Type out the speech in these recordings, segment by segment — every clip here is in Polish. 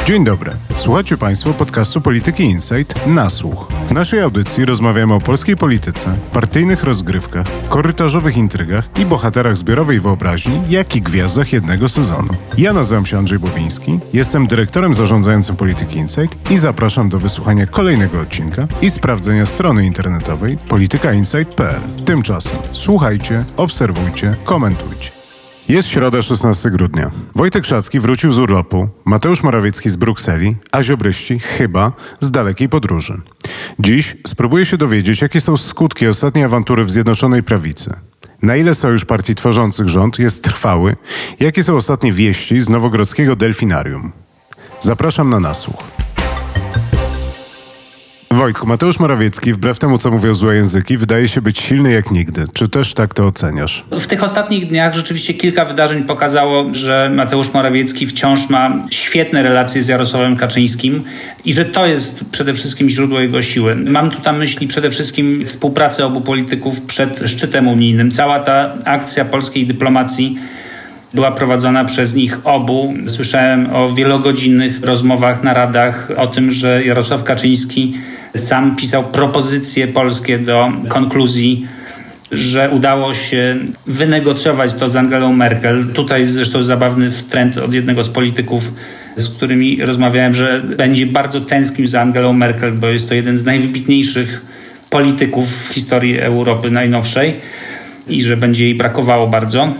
Dzień dobry. Słuchacie Państwo podcastu Polityki Insight na słuch. W naszej audycji rozmawiamy o polskiej polityce, partyjnych rozgrywkach, korytarzowych intrygach i bohaterach zbiorowej wyobraźni, jak i gwiazdach jednego sezonu. Ja nazywam się Andrzej Bobiński, jestem dyrektorem zarządzającym Polityki Insight i zapraszam do wysłuchania kolejnego odcinka i sprawdzenia strony internetowej politykainsight.pl. Tymczasem słuchajcie, obserwujcie, komentujcie. Jest środa 16 grudnia. Wojtek Szacki wrócił z urlopu, Mateusz Morawiecki z Brukseli, a ziobryści chyba z dalekiej podróży. Dziś spróbuję się dowiedzieć, jakie są skutki ostatniej awantury w Zjednoczonej Prawicy. Na ile sojusz partii tworzących rząd jest trwały? Jakie są ostatnie wieści z nowogrodzkiego delfinarium? Zapraszam na nasłuch. Wojtku, Mateusz Morawiecki, wbrew temu, co mówią złe języki, wydaje się być silny jak nigdy. Czy też tak to oceniasz? W tych ostatnich dniach rzeczywiście kilka wydarzeń pokazało, że Mateusz Morawiecki wciąż ma świetne relacje z Jarosławem Kaczyńskim i że to jest przede wszystkim źródło jego siły. Mam tu na myśli przede wszystkim współpracę obu polityków przed szczytem unijnym. Cała ta akcja polskiej dyplomacji była prowadzona przez nich obu. Słyszałem o wielogodzinnych rozmowach, naradach o tym, że Jarosław Kaczyński sam pisał propozycje polskie do konkluzji, że udało się wynegocjować to z Angelą Merkel. Tutaj zresztą zabawny trend od jednego z polityków, z którymi rozmawiałem, że będzie bardzo tęsknił za Angelą Merkel, bo jest to jeden z najwybitniejszych polityków w historii Europy najnowszej i że będzie jej brakowało bardzo.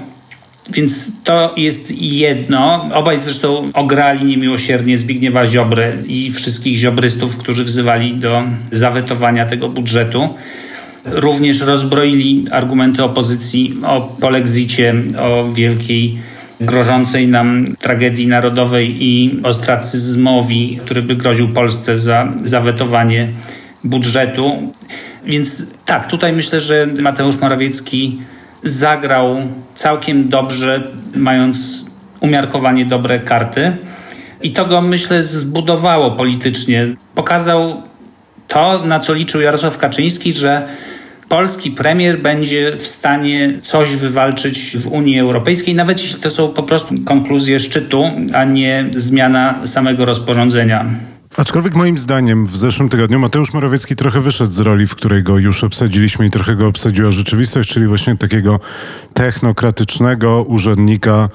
Więc to jest jedno. Obaj zresztą ograli niemiłosiernie Zbigniewa Ziobrę i wszystkich ziobrystów, którzy wzywali do zawetowania tego budżetu. Również rozbroili argumenty opozycji o polexicie, o wielkiej, grożącej nam tragedii narodowej i ostracyzmowi, który by groził Polsce za zawetowanie budżetu. Więc tak, tutaj myślę, że Mateusz Morawiecki zagrał całkiem dobrze, mając umiarkowanie dobre karty. I to go, myślę, zbudowało politycznie. Pokazał to, na co liczył Jarosław Kaczyński, że polski premier będzie w stanie coś wywalczyć w Unii Europejskiej, nawet jeśli to są po prostu konkluzje szczytu, a nie zmiana samego rozporządzenia. Aczkolwiek moim zdaniem w zeszłym tygodniu Mateusz Morawiecki trochę wyszedł z roli, w której go już obsadziliśmy i trochę go obsadziła rzeczywistość, czyli właśnie takiego technokratycznego urzędnika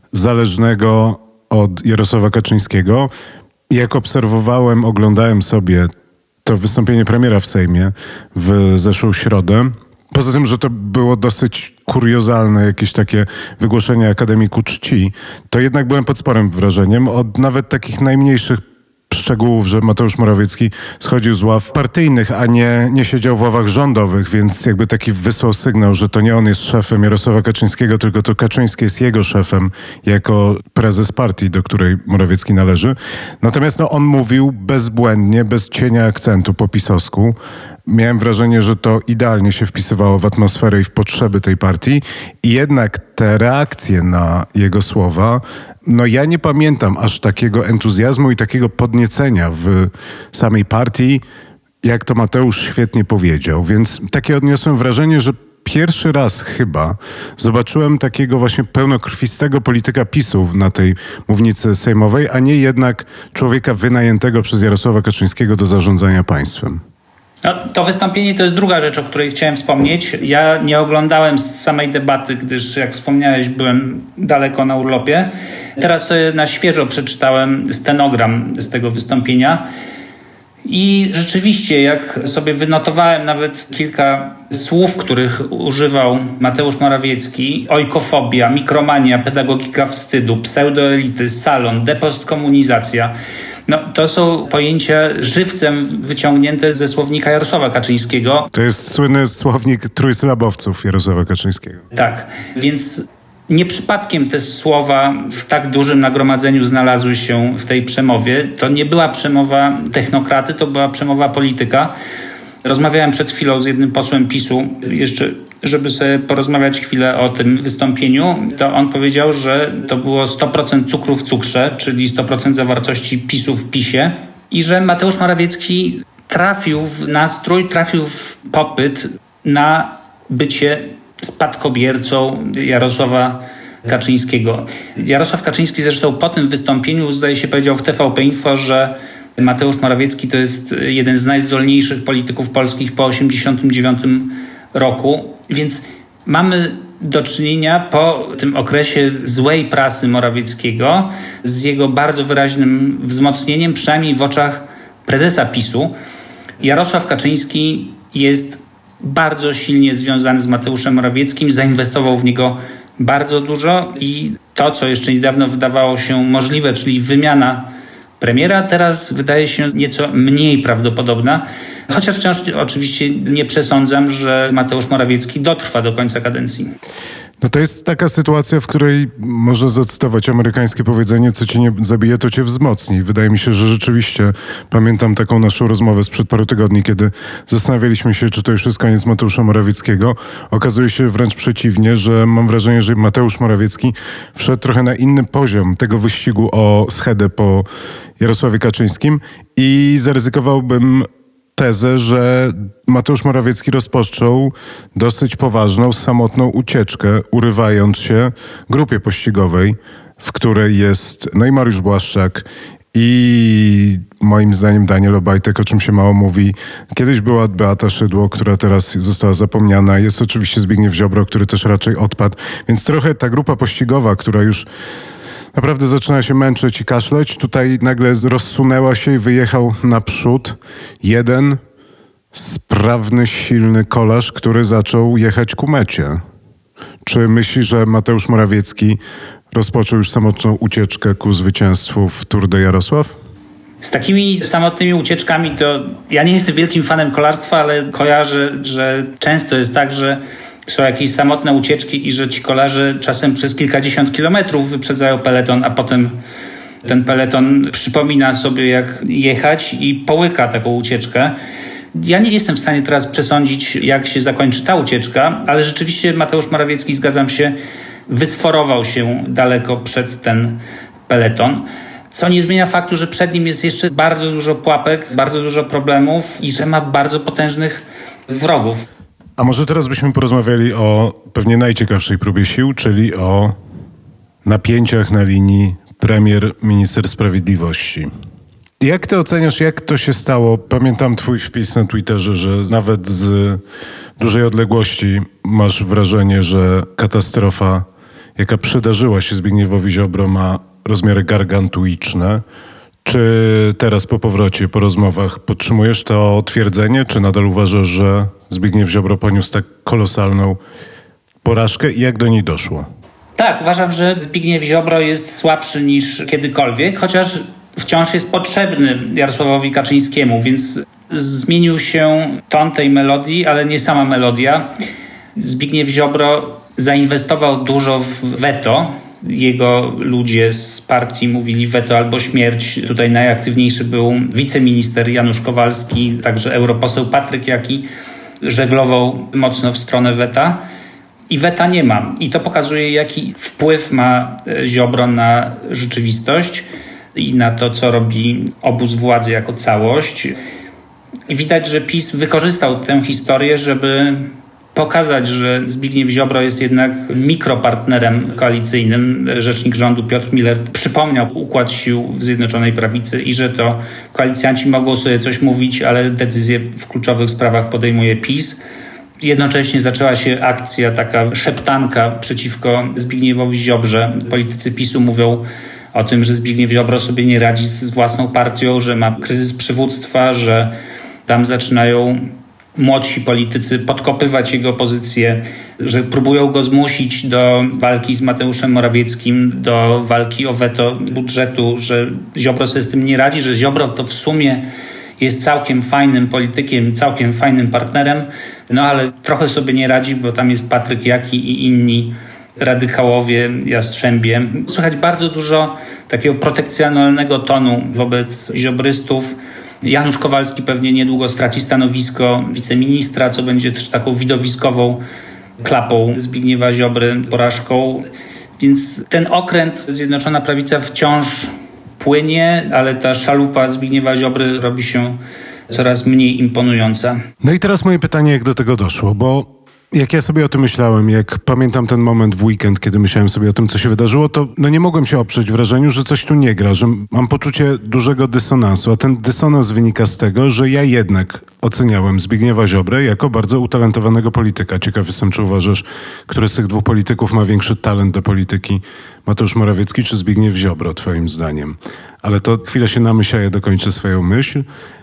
zależnego od Jarosława Kaczyńskiego. Jak obserwowałem, oglądałem sobie to wystąpienie premiera w Sejmie w zeszłą środę. Poza tym, że to było dosyć kuriozalne, jakieś takie wygłoszenie akademiku czci, to jednak byłem pod sporym wrażeniem od nawet takich najmniejszych szczegółów, że Mateusz Morawiecki schodził z ław partyjnych, a nie siedział w ławach rządowych, więc jakby taki wysłał sygnał, że to nie on jest szefem Jarosława Kaczyńskiego, tylko to Kaczyński jest jego szefem jako prezes partii, do której Morawiecki należy. Natomiast on mówił bezbłędnie, bez cienia akcentu po pisowsku. Miałem wrażenie, że to idealnie się wpisywało w atmosferę i w potrzeby tej partii i jednak te reakcje na jego słowa, ja nie pamiętam aż takiego entuzjazmu i takiego podniecenia w samej partii, jak to Mateusz świetnie powiedział. Więc takie odniosłem wrażenie, że pierwszy raz chyba zobaczyłem takiego właśnie pełnokrwistego polityka PiS-u na tej mównicy sejmowej, a nie jednak człowieka wynajętego przez Jarosława Kaczyńskiego do zarządzania państwem. To wystąpienie to jest druga rzecz, o której chciałem wspomnieć. Ja nie oglądałem samej debaty, gdyż jak wspomniałeś, byłem daleko na urlopie. Teraz sobie na świeżo przeczytałem stenogram z tego wystąpienia i rzeczywiście, jak sobie wynotowałem nawet kilka słów, których używał Mateusz Morawiecki: ojkofobia, mikromania, pedagogika wstydu, pseudoelity, salon, depostkomunizacja. To są pojęcia żywcem wyciągnięte ze słownika Jarosława Kaczyńskiego. To jest słynny słownik trójsylabowców Jarosława Kaczyńskiego. Tak, więc nie przypadkiem te słowa w tak dużym nagromadzeniu znalazły się w tej przemowie. To nie była przemowa technokraty, to była przemowa polityka. Rozmawiałem przed chwilą z jednym posłem PiS-u, jeszcze żeby sobie porozmawiać chwilę o tym wystąpieniu, to on powiedział, że to było 100% cukru w cukrze, czyli 100% zawartości PiS-u w PiS-ie i że Mateusz Morawiecki trafił w nastrój, trafił w popyt na bycie spadkobiercą Jarosława Kaczyńskiego. Jarosław Kaczyński zresztą po tym wystąpieniu, zdaje się, powiedział w TVP Info, że Mateusz Morawiecki to jest jeden z najzdolniejszych polityków polskich po 1989 roku. Więc mamy do czynienia po tym okresie złej prasy Morawieckiego z jego bardzo wyraźnym wzmocnieniem, przynajmniej w oczach prezesa PiS-u. Jarosław Kaczyński jest bardzo silnie związany z Mateuszem Morawieckim, zainwestował w niego bardzo dużo i to, co jeszcze niedawno wydawało się możliwe, czyli wymiana premiera, teraz wydaje się nieco mniej prawdopodobna. Chociaż wciąż oczywiście nie przesądzam, że Mateusz Morawiecki dotrwa do końca kadencji. No to jest taka sytuacja, w której można zacytować amerykańskie powiedzenie, co cię nie zabije, to cię wzmocni. Wydaje mi się, że rzeczywiście pamiętam taką naszą rozmowę sprzed paru tygodni, kiedy zastanawialiśmy się, czy to już jest koniec Mateusza Morawieckiego. Okazuje się wręcz przeciwnie, że mam wrażenie, że Mateusz Morawiecki wszedł trochę na inny poziom tego wyścigu o schedę po Jarosławie Kaczyńskim i zaryzykowałbym tezę, że Mateusz Morawiecki rozpoczął dosyć poważną, samotną ucieczkę, urywając się grupie pościgowej, w której jest i Mariusz Błaszczak i moim zdaniem Daniel Obajtek, o czym się mało mówi. Kiedyś była Beata Szydło, która teraz została zapomniana. Jest oczywiście Zbigniew Ziobro, który też raczej odpadł. Więc trochę ta grupa pościgowa, która już naprawdę zaczyna się męczyć i kaszleć, tutaj nagle rozsunęła się i wyjechał naprzód jeden sprawny, silny kolarz, który zaczął jechać ku mecie. Czy myślisz, że Mateusz Morawiecki rozpoczął już samotną ucieczkę ku zwycięstwu w Tour de Jarosław? Z takimi samotnymi ucieczkami to ja nie jestem wielkim fanem kolarstwa, ale kojarzę, że często jest tak, że są jakieś samotne ucieczki i że ci kolarze czasem przez kilkadziesiąt kilometrów wyprzedzają peleton, a potem ten peleton przypomina sobie, jak jechać i połyka taką ucieczkę. Ja nie jestem w stanie teraz przesądzić, jak się zakończy ta ucieczka, ale rzeczywiście Mateusz Morawiecki, zgadzam się, wysforował się daleko przed ten peleton, co nie zmienia faktu, że przed nim jest jeszcze bardzo dużo pułapek, bardzo dużo problemów i że ma bardzo potężnych wrogów. A może teraz byśmy porozmawiali o pewnie najciekawszej próbie sił, czyli o napięciach na linii premier-minister sprawiedliwości. Jak ty oceniasz, jak to się stało? Pamiętam twój wpis na Twitterze, że nawet z dużej odległości masz wrażenie, że katastrofa, jaka przydarzyła się Zbigniewowi Ziobro, ma rozmiary gargantuiczne. Czy teraz po powrocie, po rozmowach podtrzymujesz to twierdzenie, czy nadal uważasz, że Zbigniew Ziobro poniósł tak kolosalną porażkę i jak do niej doszło? Tak, uważam, że Zbigniew Ziobro jest słabszy niż kiedykolwiek, chociaż wciąż jest potrzebny Jarosławowi Kaczyńskiemu, więc zmienił się ton tej melodii, ale nie sama melodia. Zbigniew Ziobro zainwestował dużo w weto. Jego ludzie z partii mówili weto albo śmierć. Tutaj najaktywniejszy był wiceminister Janusz Kowalski, także europoseł Patryk Jaki żeglował mocno w stronę weta. I weta nie ma. I to pokazuje, jaki wpływ ma Ziobro na rzeczywistość i na to, co robi obóz władzy jako całość. I widać, że PiS wykorzystał tę historię, żeby pokazać, że Zbigniew Ziobro jest jednak mikropartnerem koalicyjnym. Rzecznik rządu Piotr Miller przypomniał układ sił w Zjednoczonej Prawicy i że to koalicjanci mogą sobie coś mówić, ale decyzje w kluczowych sprawach podejmuje PiS. Jednocześnie zaczęła się akcja, taka szeptanka przeciwko Zbigniewowi Ziobrze. Politycy PiS-u mówią o tym, że Zbigniew Ziobro sobie nie radzi z własną partią, że ma kryzys przywództwa, że tam zaczynają młodsi politycy podkopywać jego pozycję, że próbują go zmusić do walki z Mateuszem Morawieckim, do walki o weto budżetu, że Ziobro sobie z tym nie radzi, że Ziobro to w sumie jest całkiem fajnym politykiem, całkiem fajnym partnerem, no ale trochę sobie nie radzi, bo tam jest Patryk Jaki i inni radykałowie, jastrzębie. Słychać bardzo dużo takiego protekcjonalnego tonu wobec ziobrystów. Janusz Kowalski pewnie niedługo straci stanowisko wiceministra, co będzie też taką widowiskową klapą Zbigniewa Ziobry, porażką. Więc ten okręt Zjednoczona Prawica wciąż płynie, ale ta szalupa Zbigniewa Ziobry robi się coraz mniej imponująca. No i teraz moje pytanie, jak do tego doszło, bo Jak ja sobie o tym myślałem, jak pamiętam ten moment w weekend, kiedy myślałem sobie o tym, co się wydarzyło, to nie mogłem się oprzeć wrażeniu, że coś tu nie gra, że mam poczucie dużego dysonansu, a ten dysonans wynika z tego, że ja jednak oceniałem Zbigniewa Ziobrę jako bardzo utalentowanego polityka. Ciekaw jestem, czy uważasz, który z tych dwóch polityków ma większy talent do polityki, Mateusz Morawiecki czy Zbigniew Ziobro, twoim zdaniem? Ale to chwilę się namyśla, ja dokończę swoją myśl.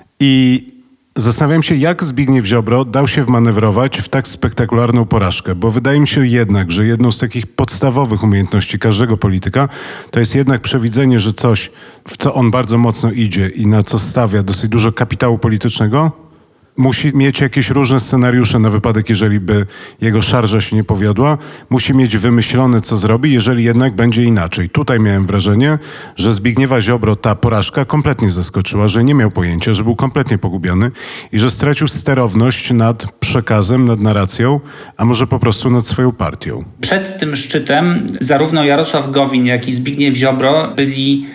I zastanawiam się, jak Zbigniew Ziobro dał się wmanewrować w tak spektakularną porażkę, bo wydaje mi się jednak, że jedną z takich podstawowych umiejętności każdego polityka to jest jednak przewidzenie, że coś, w co on bardzo mocno idzie i na co stawia dosyć dużo kapitału politycznego, musi mieć jakieś różne scenariusze na wypadek, jeżeli by jego szarża się nie powiodła. Musi mieć wymyślone, co zrobi, jeżeli jednak będzie inaczej. Tutaj miałem wrażenie, że Zbigniewa Ziobro ta porażka kompletnie zaskoczyła, że nie miał pojęcia, że był kompletnie pogubiony i że stracił sterowność nad przekazem, nad narracją, a może po prostu nad swoją partią. Przed tym szczytem zarówno Jarosław Gowin, jak i Zbigniew Ziobro byli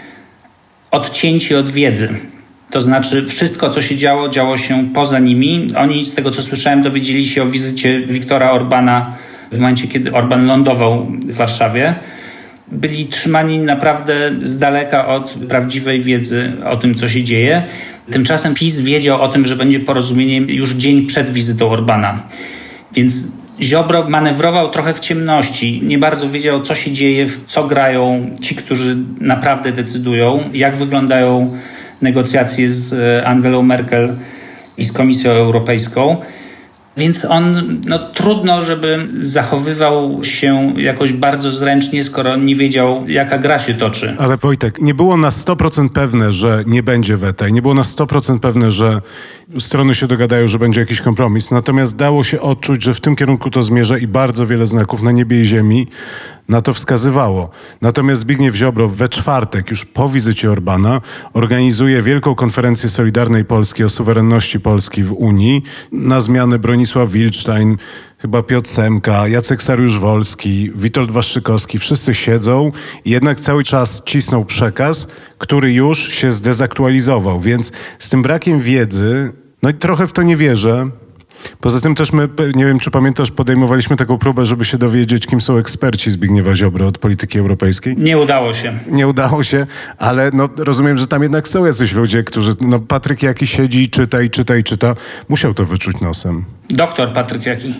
odcięci od wiedzy. To znaczy wszystko, co się działo się poza nimi. Oni, z tego co słyszałem, dowiedzieli się o wizycie Viktora Orbana w momencie, kiedy Orban lądował w Warszawie. Byli trzymani naprawdę z daleka od prawdziwej wiedzy o tym, co się dzieje. Tymczasem PiS wiedział o tym, że będzie porozumienie już dzień przed wizytą Orbana. Więc Ziobro manewrował trochę w ciemności. Nie bardzo wiedział, co się dzieje, w co grają ci, którzy naprawdę decydują, jak wyglądają negocjacje z Angelą Merkel i z Komisją Europejską. Więc on trudno, żeby zachowywał się jakoś bardzo zręcznie, skoro nie wiedział, jaka gra się toczy. Ale Wojtek, nie było na 100% pewne, że nie będzie weta i nie było na 100% pewne, że strony się dogadają, że będzie jakiś kompromis. Natomiast dało się odczuć, że w tym kierunku to zmierza i bardzo wiele znaków na niebie i ziemi na to wskazywało. Natomiast Zbigniew Ziobro we czwartek, już po wizycie Orbana, organizuje wielką konferencję Solidarnej Polski o suwerenności Polski w Unii. Na zmianę Bronisław Wilczstein, chyba Piotr Semka, Jacek Sariusz-Wolski, Witold Waszczykowski, wszyscy siedzą i jednak cały czas cisną przekaz, który już się zdezaktualizował. Więc z tym brakiem wiedzy, i trochę w to nie wierzę. Poza tym też my, nie wiem czy pamiętasz, podejmowaliśmy taką próbę, żeby się dowiedzieć, kim są eksperci Zbigniewa Ziobry od polityki europejskiej. Nie udało się. Nie udało się, ale rozumiem, że tam jednak są jacyś ludzie, którzy, Patryk Jaki siedzi i czyta. Musiał to wyczuć nosem. Doktor Patryk Jaki.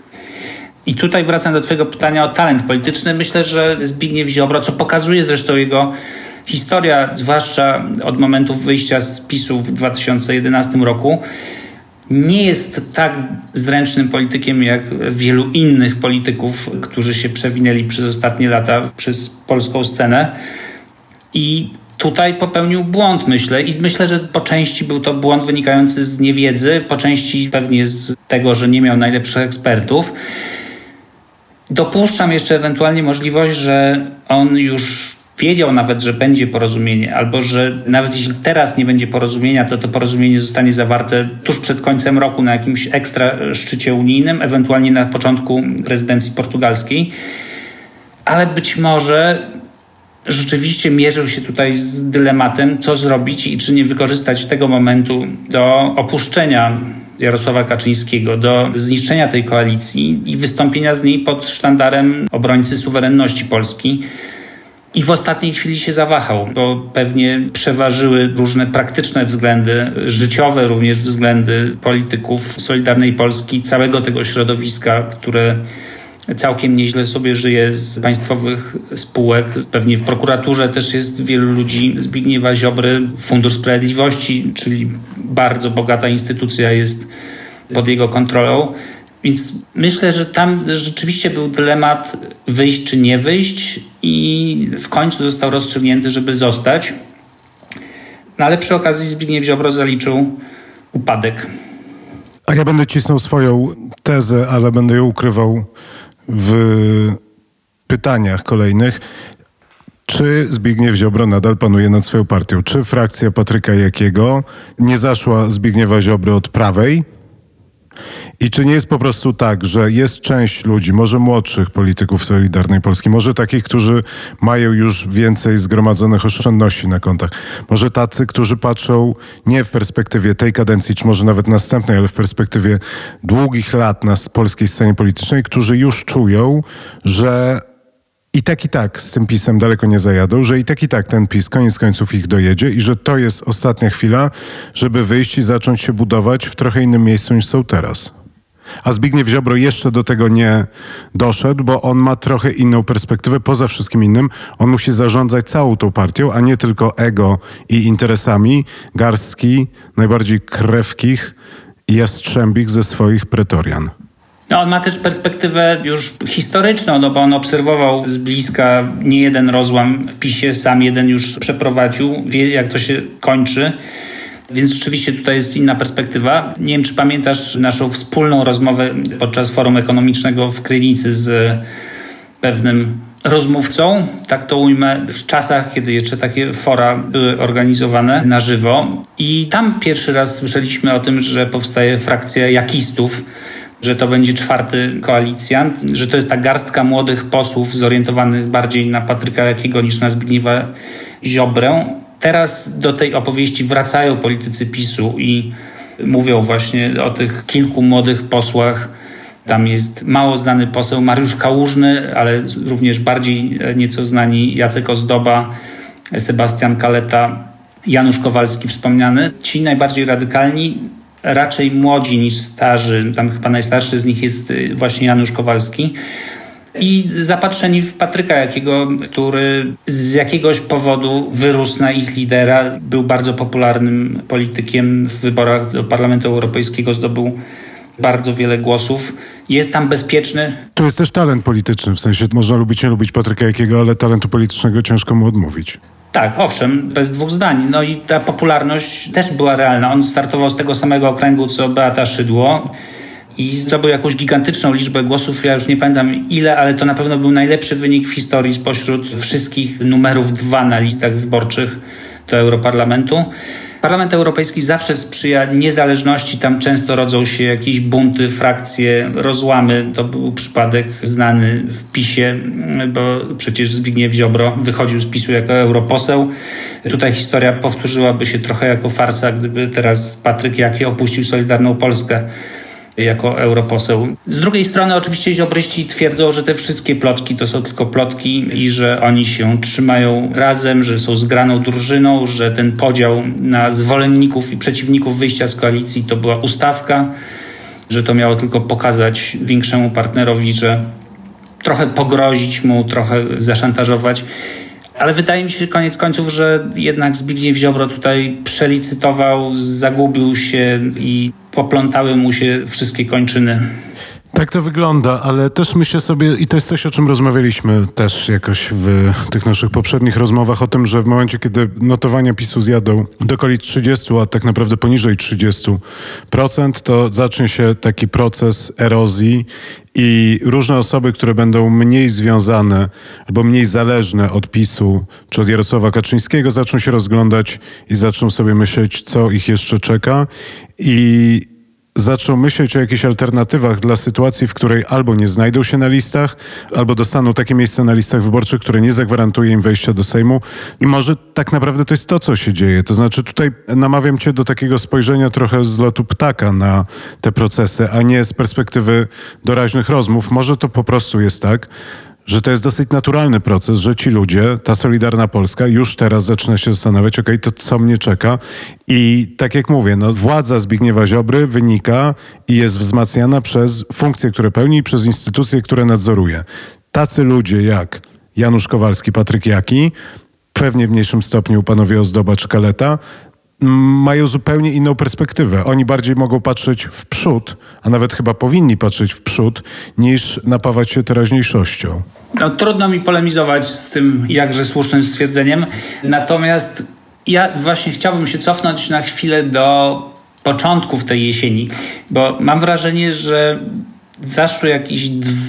I tutaj wracam do twojego pytania o talent polityczny. Myślę, że Zbigniew Ziobro, co pokazuje zresztą jego historia, zwłaszcza od momentu wyjścia z PiS-u w 2011 roku, nie jest tak zręcznym politykiem jak wielu innych polityków, którzy się przewinęli przez ostatnie lata przez polską scenę. I tutaj popełnił błąd, myślę. I myślę, że po części był to błąd wynikający z niewiedzy, po części pewnie z tego, że nie miał najlepszych ekspertów. Dopuszczam jeszcze ewentualnie możliwość, że on już wiedział nawet, że będzie porozumienie, albo że nawet jeśli teraz nie będzie porozumienia, to porozumienie zostanie zawarte tuż przed końcem roku na jakimś ekstra szczycie unijnym, ewentualnie na początku prezydencji portugalskiej. Ale być może rzeczywiście mierzył się tutaj z dylematem, co zrobić i czy nie wykorzystać tego momentu do opuszczenia Jarosława Kaczyńskiego, do zniszczenia tej koalicji i wystąpienia z niej pod sztandarem obrońcy suwerenności Polski. I w ostatniej chwili się zawahał, bo pewnie przeważyły różne praktyczne względy, życiowe również względy polityków Solidarnej Polski, całego tego środowiska, które całkiem nieźle sobie żyje z państwowych spółek. Pewnie w prokuraturze też jest wielu ludzi Zbigniewa Ziobry. Fundusz Sprawiedliwości, czyli bardzo bogata instytucja, jest pod jego kontrolą. Więc myślę, że tam rzeczywiście był dylemat wyjść czy nie wyjść i w końcu został rozstrzygnięty, żeby zostać. Ale przy okazji Zbigniew Ziobro zaliczył upadek. A ja będę cisnął swoją tezę, ale będę ją ukrywał w pytaniach kolejnych. Czy Zbigniew Ziobro nadal panuje nad swoją partią? Czy frakcja Patryka Jakiego nie zaszła Zbigniewa Ziobry od prawej? I czy nie jest po prostu tak, że jest część ludzi, może młodszych polityków Solidarnej Polski, może takich, którzy mają już więcej zgromadzonych oszczędności na kontach, może tacy, którzy patrzą nie w perspektywie tej kadencji, czy może nawet następnej, ale w perspektywie długich lat na polskiej scenie politycznej, którzy już czują, że i tak z tym PiS-em daleko nie zajadą, że i tak ten PiS koniec końców ich dojedzie i że to jest ostatnia chwila, żeby wyjść i zacząć się budować w trochę innym miejscu niż są teraz. A Zbigniew Ziobro jeszcze do tego nie doszedł, bo on ma trochę inną perspektywę poza wszystkim innym. On musi zarządzać całą tą partią, a nie tylko ego i interesami garstki najbardziej krewkich i jastrzębich ze swoich pretorian. No, on ma też perspektywę już historyczną, no bo on obserwował z bliska niejeden rozłam w PiS-ie, sam jeden już przeprowadził, wie jak to się kończy, więc rzeczywiście tutaj jest inna perspektywa. Nie wiem, czy pamiętasz naszą wspólną rozmowę podczas forum ekonomicznego w Krynicy z pewnym rozmówcą, tak to ujmę, w czasach, kiedy jeszcze takie fora były organizowane na żywo i tam pierwszy raz słyszeliśmy o tym, że powstaje frakcja jakistów, że to będzie czwarty koalicjant, że to jest ta garstka młodych posłów zorientowanych bardziej na Patryka Jakiego niż na Zbigniewa Ziobrę. Teraz do tej opowieści wracają politycy PiS-u i mówią właśnie o tych kilku młodych posłach. Tam jest mało znany poseł Mariusz Kałużny, ale również bardziej nieco znani Jacek Ozdoba, Sebastian Kaleta, Janusz Kowalski wspomniany. Ci najbardziej radykalni, raczej młodzi niż starzy. Tam chyba najstarszy z nich jest właśnie Janusz Kowalski. I zapatrzeni w Patryka Jakiego, który z jakiegoś powodu wyrósł na ich lidera. Był bardzo popularnym politykiem w wyborach do Parlamentu Europejskiego, zdobył bardzo wiele głosów. Jest tam bezpieczny. To jest też talent polityczny, w sensie można lubić, nie lubić Patryka Jakiego, ale talentu politycznego ciężko mu odmówić. Tak, owszem, bez dwóch zdań. No i ta popularność też była realna. On startował z tego samego okręgu, co Beata Szydło i zdobył jakąś gigantyczną liczbę głosów. Ja już nie pamiętam ile, ale to na pewno był najlepszy wynik w historii spośród wszystkich numerów 2 na listach wyborczych do Europarlamentu. Parlament Europejski zawsze sprzyja niezależności. Tam często rodzą się jakieś bunty, frakcje, rozłamy. To był przypadek znany w PiS-ie, bo przecież Zbigniew Ziobro wychodził z PiS-u jako europoseł. Tutaj historia powtórzyłaby się trochę jako farsa, gdyby teraz Patryk Jaki opuścił Solidarną Polskę jako europoseł. Z drugiej strony oczywiście ziobryści twierdzą, że te wszystkie plotki to są tylko plotki i że oni się trzymają razem, że są zgraną drużyną, że ten podział na zwolenników i przeciwników wyjścia z koalicji to była ustawka, że to miało tylko pokazać większemu partnerowi, że trochę pogrozić mu, trochę zaszantażować. Ale wydaje mi się koniec końców, że jednak Zbigniew Ziobro tutaj przelicytował, zagubił się i poplątały mu się wszystkie kończyny. Tak to wygląda, ale też myślę sobie, i to jest coś, o czym rozmawialiśmy też jakoś w tych naszych poprzednich rozmowach, o tym, że w momencie, kiedy notowania PiS-u zjadą do okolic 30, a tak naprawdę poniżej 30%, to zacznie się taki proces erozji i różne osoby, które będą mniej związane albo mniej zależne od PiS-u czy od Jarosława Kaczyńskiego, zaczną się rozglądać i zaczną sobie myśleć, co ich jeszcze czeka i zaczną myśleć o jakichś alternatywach dla sytuacji, w której albo nie znajdą się na listach, albo dostaną takie miejsce na listach wyborczych, które nie zagwarantuje im wejścia do Sejmu. I może tak naprawdę to jest to, co się dzieje. To znaczy tutaj namawiam cię do takiego spojrzenia trochę z lotu ptaka na te procesy, a nie z perspektywy doraźnych rozmów. Może to po prostu jest tak, że to jest dosyć naturalny proces, że ci ludzie, ta Solidarna Polska już teraz zaczyna się zastanawiać, okej, to co mnie czeka? I tak jak mówię, no, władza Zbigniewa Ziobry wynika i jest wzmacniana przez funkcje, które pełni i przez instytucje, które nadzoruje. Tacy ludzie jak Janusz Kowalski, Patryk Jaki, pewnie w mniejszym stopniu panowie Ozdoba czy Kaleta, mają zupełnie inną perspektywę. Oni bardziej mogą patrzeć w przód, a nawet chyba powinni patrzeć w przód, niż napawać się teraźniejszością. No, trudno mi polemizować z tym jakże słusznym stwierdzeniem. Natomiast ja właśnie chciałbym się cofnąć na chwilę do początków tej jesieni, bo mam wrażenie, że zaszły jakieś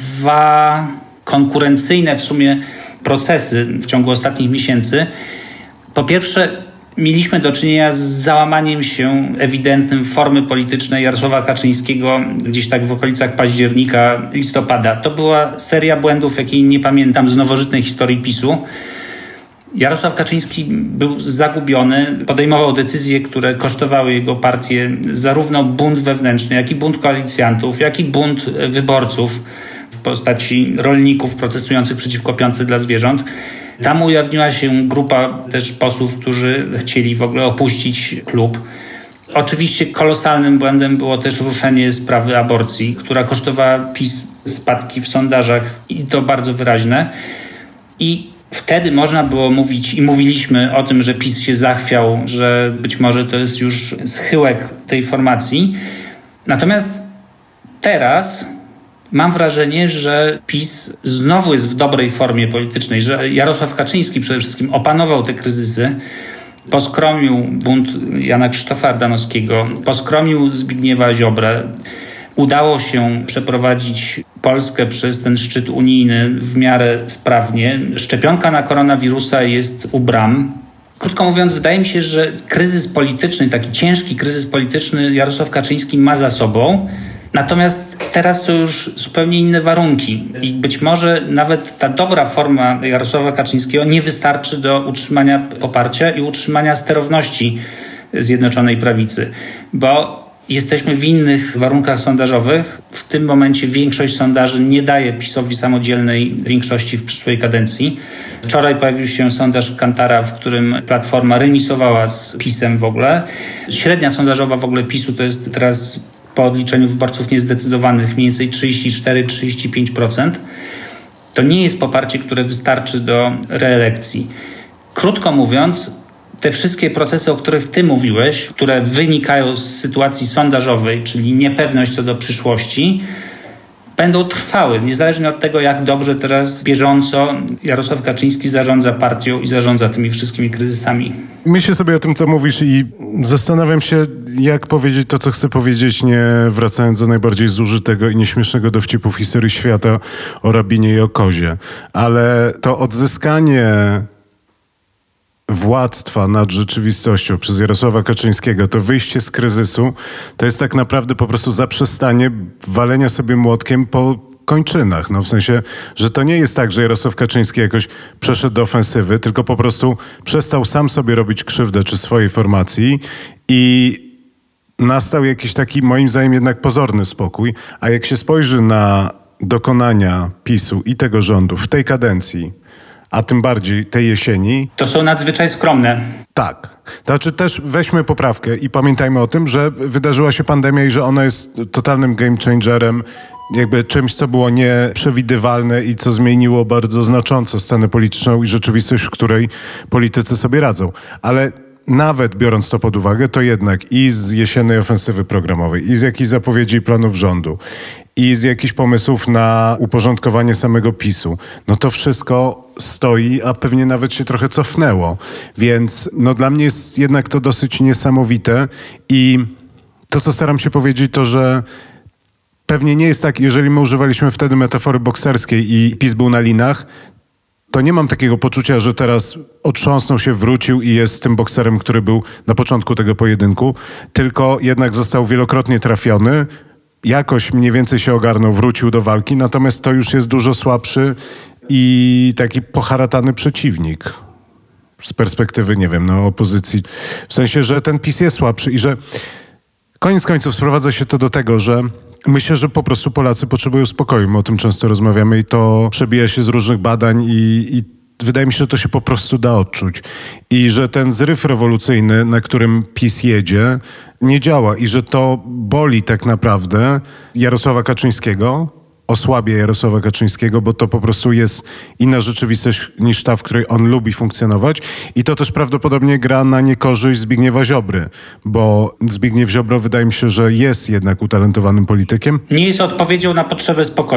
2 konkurencyjne w sumie procesy w ciągu ostatnich miesięcy. Po pierwsze, mieliśmy do czynienia z załamaniem się ewidentnym formy politycznej Jarosława Kaczyńskiego gdzieś tak w okolicach października, listopada. To była seria błędów, jakiej nie pamiętam z nowożytnej historii PiS-u. Jarosław Kaczyński był zagubiony, podejmował decyzje, które kosztowały jego partię zarówno bunt wewnętrzny, jak i bunt koalicjantów, jak i bunt wyborców w postaci rolników protestujących przeciwko piątce dla zwierząt. Tam ujawniła się grupa też posłów, którzy chcieli w ogóle opuścić klub. Oczywiście kolosalnym błędem było też ruszenie sprawy aborcji, która kosztowała PiS spadki w sondażach i to bardzo wyraźne. I wtedy można było mówić i mówiliśmy o tym, że PiS się zachwiał, że być może to jest już schyłek tej formacji. Natomiast teraz mam wrażenie, że PiS znowu jest w dobrej formie politycznej, że Jarosław Kaczyński przede wszystkim opanował te kryzysy, poskromił bunt Jana Krzysztofa Ardanowskiego, poskromił Zbigniewa Ziobrę. Udało się przeprowadzić Polskę przez ten szczyt unijny w miarę sprawnie. Szczepionka na koronawirusa jest u bram. Krótko mówiąc, wydaje mi się, że kryzys polityczny, taki ciężki kryzys polityczny Jarosław Kaczyński ma za sobą. Natomiast teraz są już zupełnie inne warunki i być może nawet ta dobra forma Jarosława Kaczyńskiego nie wystarczy do utrzymania poparcia i utrzymania sterowności Zjednoczonej Prawicy, bo jesteśmy w innych warunkach sondażowych. W tym momencie większość sondaży nie daje PiS-owi samodzielnej większości w przyszłej kadencji. Wczoraj pojawił się sondaż Kantara, w którym Platforma remisowała z PiS-em w ogóle. Średnia sondażowa w ogóle PiS-u to jest teraz po odliczeniu wyborców niezdecydowanych mniej więcej 34-35%. To nie jest poparcie, które wystarczy do reelekcji. Krótko mówiąc, te wszystkie procesy, o których ty mówiłeś, które wynikają z sytuacji sondażowej, czyli niepewność co do przyszłości, będą trwały, niezależnie od tego, jak dobrze teraz bieżąco Jarosław Kaczyński zarządza partią i zarządza tymi wszystkimi kryzysami. Myślę sobie o tym, co mówisz i zastanawiam się, jak powiedzieć to, co chcę powiedzieć, nie wracając do najbardziej zużytego i nieśmiesznego dowcipu w historii świata o rabinie i o kozie. Ale to odzyskanie władztwa nad rzeczywistością przez Jarosława Kaczyńskiego, to wyjście z kryzysu, to jest tak naprawdę po prostu zaprzestanie walenia sobie młotkiem po kończynach. No w sensie, że to nie jest tak, że Jarosław Kaczyński jakoś przeszedł do ofensywy, tylko po prostu przestał sam sobie robić krzywdę czy swojej formacji i nastał jakiś taki, moim zdaniem, jednak pozorny spokój. A jak się spojrzy na dokonania PiS-u i tego rządu w tej kadencji, a tym bardziej tej jesieni, to są nadzwyczaj skromne. Tak. To znaczy też weźmy poprawkę i pamiętajmy o tym, że wydarzyła się pandemia i że ona jest totalnym game changerem, jakby czymś, co było nieprzewidywalne i co zmieniło bardzo znacząco scenę polityczną i rzeczywistość, w której politycy sobie radzą. Ale nawet biorąc to pod uwagę, to jednak i z jesiennej ofensywy programowej, i z jakichś zapowiedzi i planów rządu, i z jakichś pomysłów na uporządkowanie samego PiS-u, no to wszystko stoi, a pewnie nawet się trochę cofnęło. Więc no dla mnie jest jednak to dosyć niesamowite i to, co staram się powiedzieć, to, że pewnie nie jest tak, jeżeli my używaliśmy wtedy metafory bokserskiej i PiS był na linach, to nie mam takiego poczucia, że teraz otrząsnął się, wrócił i jest tym bokserem, który był na początku tego pojedynku, tylko jednak został wielokrotnie trafiony, jakoś mniej więcej się ogarnął, wrócił do walki, natomiast to już jest dużo słabszy i taki poharatany przeciwnik z perspektywy, nie wiem, no opozycji. W sensie, że ten PiS jest słabszy i że koniec końców sprowadza się to do tego, że myślę, że po prostu Polacy potrzebują spokoju. My o tym często rozmawiamy i to przebija się z różnych badań i wydaje mi się, że to się po prostu da odczuć. I że ten zryw rewolucyjny, na którym PiS jedzie, nie działa i że to boli tak naprawdę Jarosława Kaczyńskiego, osłabia Jarosława Kaczyńskiego, bo to po prostu jest inna rzeczywistość niż ta, w której on lubi funkcjonować. I to też prawdopodobnie gra na niekorzyść Zbigniewa Ziobry, bo Zbigniew Ziobro wydaje mi się, że jest jednak utalentowanym politykiem. Nie jest odpowiedzią na potrzebę spokoju.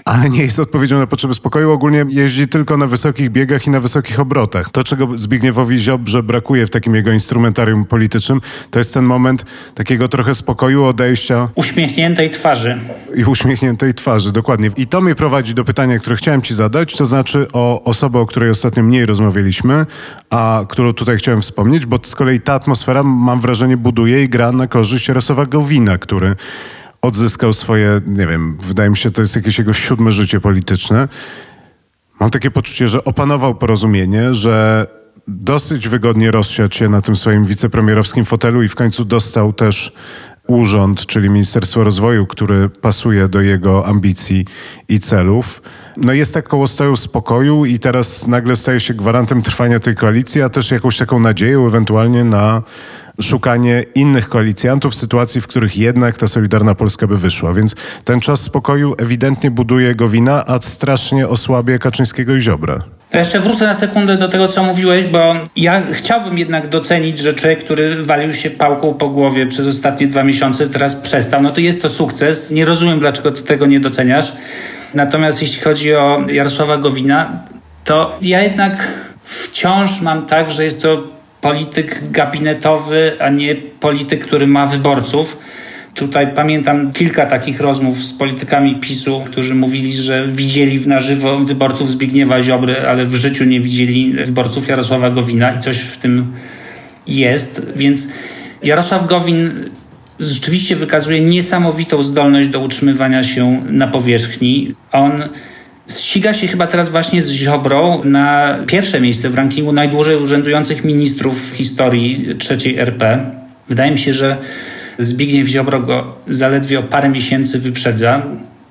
ale nie jest odpowiedzią na potrzeby spokoju. Ogólnie jeździ tylko na wysokich biegach i na wysokich obrotach. To, czego Zbigniewowi Ziobrze brakuje w takim jego instrumentarium politycznym, to jest ten moment takiego trochę spokoju, odejścia. Uśmiechniętej twarzy. I uśmiechniętej twarzy, dokładnie. I to mnie prowadzi do pytania, które chciałem ci zadać, to znaczy o osobę, o której ostatnio mniej rozmawialiśmy, a którą tutaj chciałem wspomnieć, bo z kolei ta atmosfera, mam wrażenie, buduje i gra na korzyść Jarosława Gowina, który odzyskał swoje, nie wiem, wydaje mi się, to jest jakieś jego 7. życie polityczne. Mam takie poczucie, że opanował porozumienie, że dosyć wygodnie rozsiadł się na tym swoim wicepremierowskim fotelu i w końcu dostał też urząd, czyli Ministerstwo Rozwoju, który pasuje do jego ambicji i celów. No jest tak koło stołu spokoju i teraz nagle staje się gwarantem trwania tej koalicji, a też jakąś taką nadzieją ewentualnie na szukanie innych koalicjantów w sytuacji, w których jednak ta Solidarna Polska by wyszła. Więc ten czas spokoju ewidentnie buduje Gowina, a strasznie osłabia Kaczyńskiego i Ziobrę. To jeszcze wrócę na sekundę do tego, co mówiłeś, bo ja chciałbym jednak docenić, że człowiek, który walił się pałką po głowie przez ostatnie 2 miesiące, teraz przestał. No to jest to sukces. Nie rozumiem, dlaczego ty tego nie doceniasz. Natomiast jeśli chodzi o Jarosława Gowina, to ja jednak wciąż mam tak, że jest to polityk gabinetowy, a nie polityk, który ma wyborców. Tutaj pamiętam kilka takich rozmów z politykami PiS-u, którzy mówili, że widzieli na żywo wyborców Zbigniewa Ziobry, ale w życiu nie widzieli wyborców Jarosława Gowina i coś w tym jest. Więc Jarosław Gowin rzeczywiście wykazuje niesamowitą zdolność do utrzymywania się na powierzchni. On ściga się chyba teraz właśnie z Ziobrą na pierwsze miejsce w rankingu najdłużej urzędujących ministrów w historii III RP. Wydaje mi się, że Zbigniew Ziobro go zaledwie o parę miesięcy wyprzedza,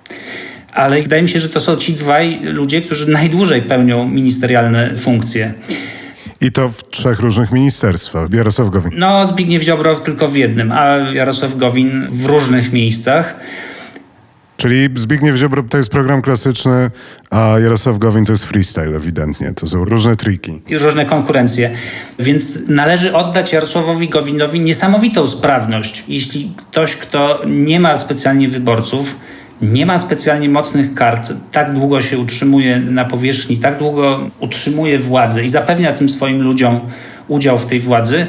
ale wydaje mi się, że to są ci dwaj ludzie, którzy najdłużej pełnią ministerialne funkcje. I to w 3 różnych ministerstwach. Jarosław Gowin. No, Zbigniew Ziobro tylko w jednym, a Jarosław Gowin w różnych miejscach. Czyli Zbigniew Ziobro to jest program klasyczny, a Jarosław Gowin to jest freestyle ewidentnie. To są różne triki. I różne konkurencje. Więc należy oddać Jarosławowi Gowinowi niesamowitą sprawność. Jeśli ktoś, kto nie ma specjalnie wyborców, nie ma specjalnie mocnych kart, tak długo się utrzymuje na powierzchni, tak długo utrzymuje władzę i zapewnia tym swoim ludziom udział w tej władzy,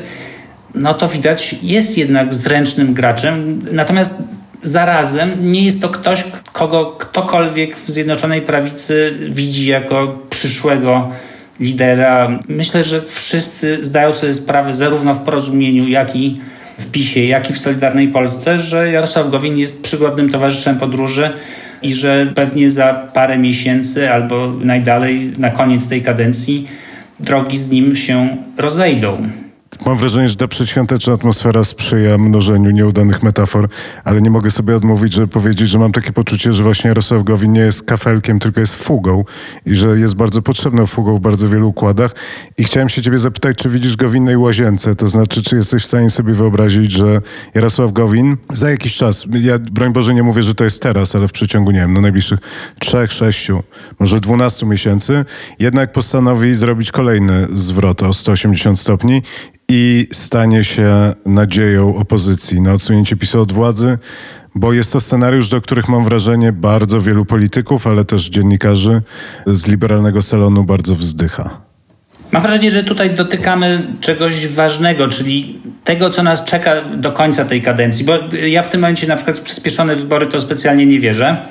no to widać, jest jednak zręcznym graczem. Natomiast zarazem nie jest to ktoś, kogo ktokolwiek w Zjednoczonej Prawicy widzi jako przyszłego lidera. Myślę, że wszyscy zdają sobie sprawę zarówno w Porozumieniu, jak i w PiS-ie, jak i w Solidarnej Polsce, że Jarosław Gowin jest przygodnym towarzyszem podróży i że pewnie za parę miesięcy albo najdalej na koniec tej kadencji drogi z nim się rozejdą. Mam wrażenie, że ta przedświąteczna atmosfera sprzyja mnożeniu nieudanych metafor, ale nie mogę sobie odmówić, żeby powiedzieć, że mam takie poczucie, że właśnie Jarosław Gowin nie jest kafelkiem, tylko jest fugą i że jest bardzo potrzebną fugą w bardzo wielu układach. I chciałem się ciebie zapytać, czy widzisz go w innej łazience? To znaczy, czy jesteś w stanie sobie wyobrazić, że Jarosław Gowin za jakiś czas, ja broń Boże nie mówię, że to jest teraz, ale w przeciągu, nie wiem, no najbliższych 3, 6, może 12 miesięcy, jednak postanowi zrobić kolejny zwrot o 180 stopni i stanie się nadzieją opozycji na odsunięcie PiS-u od władzy, bo jest to scenariusz, do których mam wrażenie bardzo wielu polityków, ale też dziennikarzy z liberalnego salonu bardzo wzdycha. Mam wrażenie, że tutaj dotykamy czegoś ważnego, czyli tego, co nas czeka do końca tej kadencji, bo ja w tym momencie na przykład w przyspieszone wybory to specjalnie nie wierzę,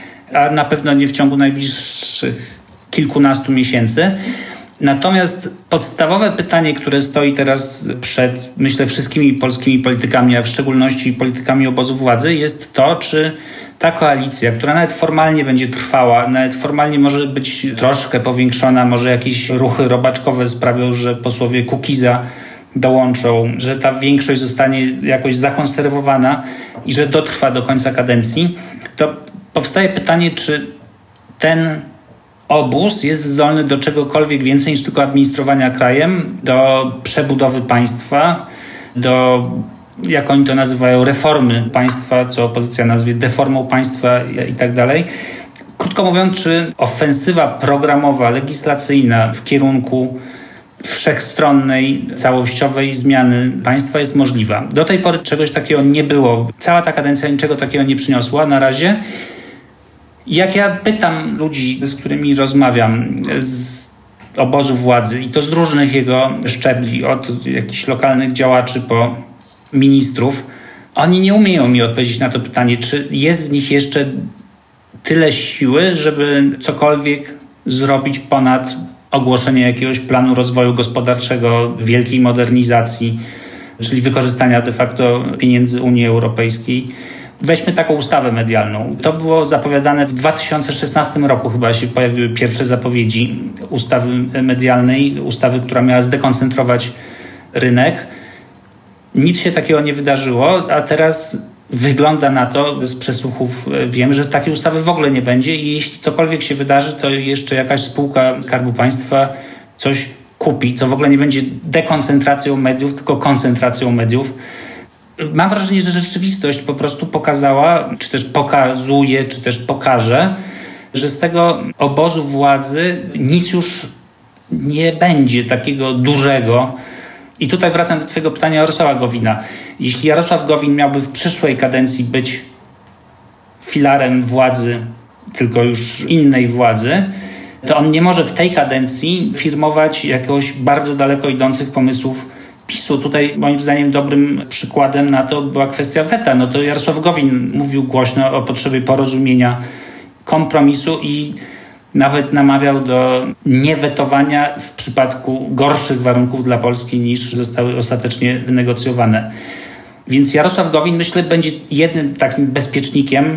a na pewno nie w ciągu najbliższych kilkunastu miesięcy. Natomiast podstawowe pytanie, które stoi teraz przed, myślę, wszystkimi polskimi politykami, a w szczególności politykami obozu władzy, jest to, czy ta koalicja, która nawet formalnie będzie trwała, nawet formalnie może być troszkę powiększona, może jakieś ruchy robaczkowe sprawią, że posłowie Kukiza dołączą, że ta większość zostanie jakoś zakonserwowana i że dotrwa do końca kadencji, to powstaje pytanie, czy ten obóz jest zdolny do czegokolwiek więcej niż tylko administrowania krajem, do przebudowy państwa, do, jak oni to nazywają, reformy państwa, co opozycja nazwie deformą państwa i tak dalej. Krótko mówiąc, czy ofensywa programowa, legislacyjna w kierunku wszechstronnej, całościowej zmiany państwa jest możliwa. Do tej pory czegoś takiego nie było. Cała ta kadencja niczego takiego nie przyniosła na razie. Jak ja pytam ludzi, z którymi rozmawiam z obozu władzy i to z różnych jego szczebli, od jakichś lokalnych działaczy po ministrów, oni nie umieją mi odpowiedzieć na to pytanie, czy jest w nich jeszcze tyle siły, żeby cokolwiek zrobić ponad ogłoszenie jakiegoś planu rozwoju gospodarczego, wielkiej modernizacji, czyli wykorzystania de facto pieniędzy Unii Europejskiej. Weźmy taką ustawę medialną. To było zapowiadane w 2016 roku, chyba się pojawiły pierwsze zapowiedzi ustawy medialnej, ustawy, która miała zdekoncentrować rynek. Nic się takiego nie wydarzyło, a teraz wygląda na to, z przesłuchów wiem, że takiej ustawy w ogóle nie będzie i jeśli cokolwiek się wydarzy, to jeszcze jakaś spółka Skarbu Państwa coś kupi, co w ogóle nie będzie dekoncentracją mediów, tylko koncentracją mediów. Mam wrażenie, że rzeczywistość po prostu pokazała, czy też pokazuje, czy też pokaże, że z tego obozu władzy nic już nie będzie takiego dużego. I tutaj wracam do twojego pytania o Jarosława Gowina. Jeśli Jarosław Gowin miałby w przyszłej kadencji być filarem władzy, tylko już innej władzy, to on nie może w tej kadencji firmować jakoś bardzo daleko idących pomysłów PiS-u. Tutaj moim zdaniem dobrym przykładem na to była kwestia weta. No to Jarosław Gowin mówił głośno o potrzebie porozumienia, kompromisu i nawet namawiał do niewetowania w przypadku gorszych warunków dla Polski niż zostały ostatecznie wynegocjowane. Więc Jarosław Gowin, myślę, będzie jednym takim bezpiecznikiem,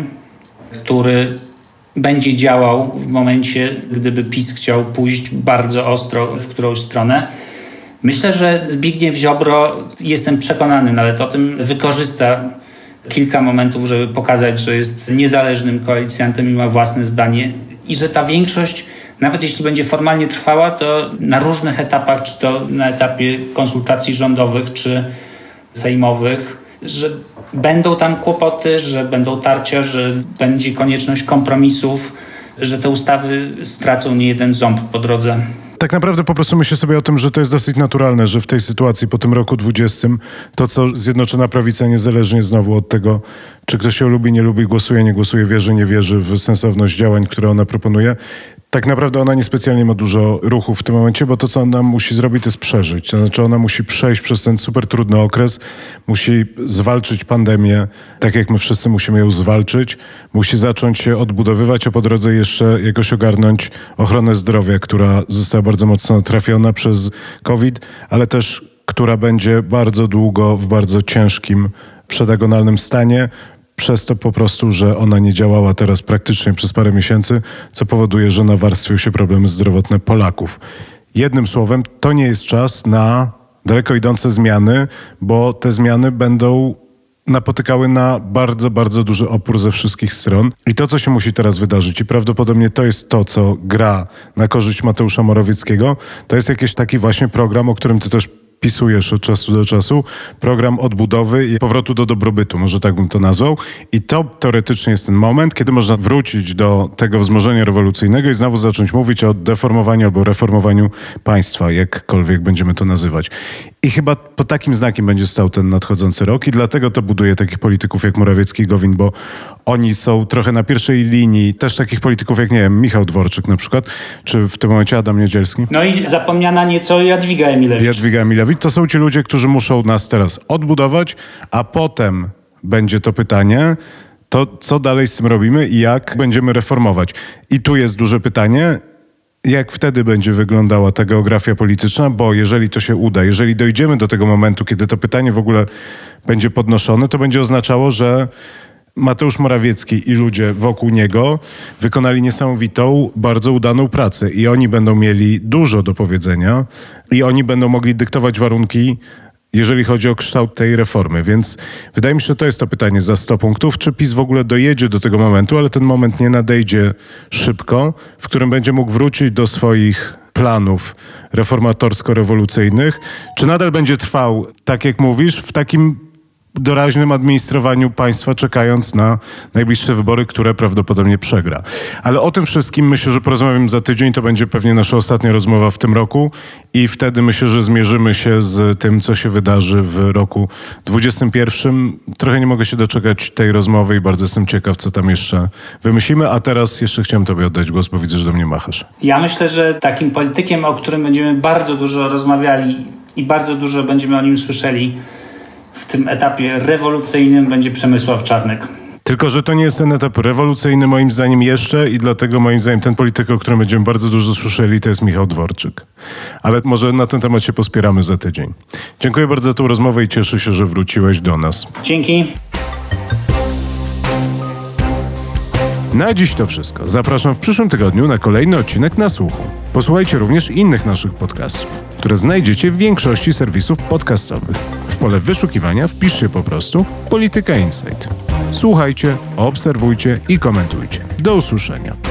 który będzie działał w momencie, gdyby PiS chciał pójść bardzo ostro w którąś stronę. Myślę, że Zbigniew Ziobro, jestem przekonany nawet o tym, wykorzysta kilka momentów, żeby pokazać, że jest niezależnym koalicjantem i ma własne zdanie i że ta większość, nawet jeśli będzie formalnie trwała, to na różnych etapach, czy to na etapie konsultacji rządowych, czy sejmowych, że będą tam kłopoty, że będą tarcia, że będzie konieczność kompromisów, że te ustawy stracą niejeden ząb po drodze. Tak naprawdę po prostu myślę sobie o tym, że to jest dosyć naturalne, że w tej sytuacji po tym roku 20 to, co Zjednoczona Prawica, niezależnie znowu od tego, czy ktoś ją lubi, nie lubi, głosuje, nie głosuje, wierzy, nie wierzy w sensowność działań, które ona proponuje, tak naprawdę ona niespecjalnie ma dużo ruchu w tym momencie, bo to, co ona musi zrobić, to jest przeżyć. To znaczy ona musi przejść przez ten super trudny okres, musi zwalczyć pandemię, tak jak my wszyscy musimy ją zwalczyć, musi zacząć się odbudowywać, a po drodze jeszcze jakoś ogarnąć ochronę zdrowia, która została bardzo mocno trafiona przez COVID, ale też która będzie bardzo długo w bardzo ciężkim, przedagonalnym stanie, przez to po prostu, że ona nie działała teraz praktycznie przez parę miesięcy, co powoduje, że nawarstwią się problemy zdrowotne Polaków. Jednym słowem, to nie jest czas na daleko idące zmiany, bo te zmiany będą napotykały na bardzo, bardzo duży opór ze wszystkich stron. I to, co się musi teraz wydarzyć, i prawdopodobnie to jest to, co gra na korzyść Mateusza Morawieckiego, to jest jakiś taki właśnie program, o którym ty też pisujesz od czasu do czasu, program odbudowy i powrotu do dobrobytu, może tak bym to nazwał. I to teoretycznie jest ten moment, kiedy można wrócić do tego wzmożenia rewolucyjnego i znowu zacząć mówić o deformowaniu albo reformowaniu państwa, jakkolwiek będziemy to nazywać. I chyba pod takim znakiem będzie stał ten nadchodzący rok i dlatego to buduje takich polityków jak Morawiecki i Gowin, bo oni są trochę na pierwszej linii, też takich polityków jak, nie wiem, Michał Dworczyk na przykład, czy w tym momencie Adam Niedzielski. No i zapomniana nieco Jadwiga Emilewicz. Jadwiga Emilewicz. To są ci ludzie, którzy muszą nas teraz odbudować, a potem będzie to pytanie, to co dalej z tym robimy i jak będziemy reformować. I tu jest duże pytanie, jak wtedy będzie wyglądała ta geografia polityczna, bo jeżeli to się uda, jeżeli dojdziemy do tego momentu, kiedy to pytanie w ogóle będzie podnoszone, to będzie oznaczało, że Mateusz Morawiecki i ludzie wokół niego wykonali niesamowitą, bardzo udaną pracę i oni będą mieli dużo do powiedzenia i oni będą mogli dyktować warunki, jeżeli chodzi o kształt tej reformy. Więc wydaje mi się, że to jest to pytanie za 100 punktów. Czy PiS w ogóle dojedzie do tego momentu, ale ten moment nie nadejdzie szybko, w którym będzie mógł wrócić do swoich planów reformatorsko-rewolucyjnych? Czy nadal będzie trwał, tak jak mówisz, w takim doraźnym administrowaniu państwa, czekając na najbliższe wybory, które prawdopodobnie przegra. Ale o tym wszystkim myślę, że porozmawiam za tydzień. To będzie pewnie nasza ostatnia rozmowa w tym roku i wtedy myślę, że zmierzymy się z tym, co się wydarzy w roku 2021. Trochę nie mogę się doczekać tej rozmowy i bardzo jestem ciekaw, co tam jeszcze wymyślimy. A teraz jeszcze chciałem tobie oddać głos, bo widzę, że do mnie machasz. Ja myślę, że takim politykiem, o którym będziemy bardzo dużo rozmawiali i bardzo dużo będziemy o nim słyszeli w tym etapie rewolucyjnym, będzie Przemysław Czarnek. Tylko że to nie jest ten etap rewolucyjny moim zdaniem jeszcze i dlatego moim zdaniem ten polityk, o którym będziemy bardzo dużo słyszeli, to jest Michał Dworczyk. Ale może na ten temat się pospieramy za tydzień. Dziękuję bardzo za tę rozmowę i cieszę się, że wróciłeś do nas. Dzięki. Na dziś to wszystko. Zapraszam w przyszłym tygodniu na kolejny odcinek Na Słuchu. Posłuchajcie również innych naszych podcastów, które znajdziecie w większości serwisów podcastowych. W pole wyszukiwania wpiszcie po prostu Polityka Insight. Słuchajcie, obserwujcie i komentujcie. Do usłyszenia.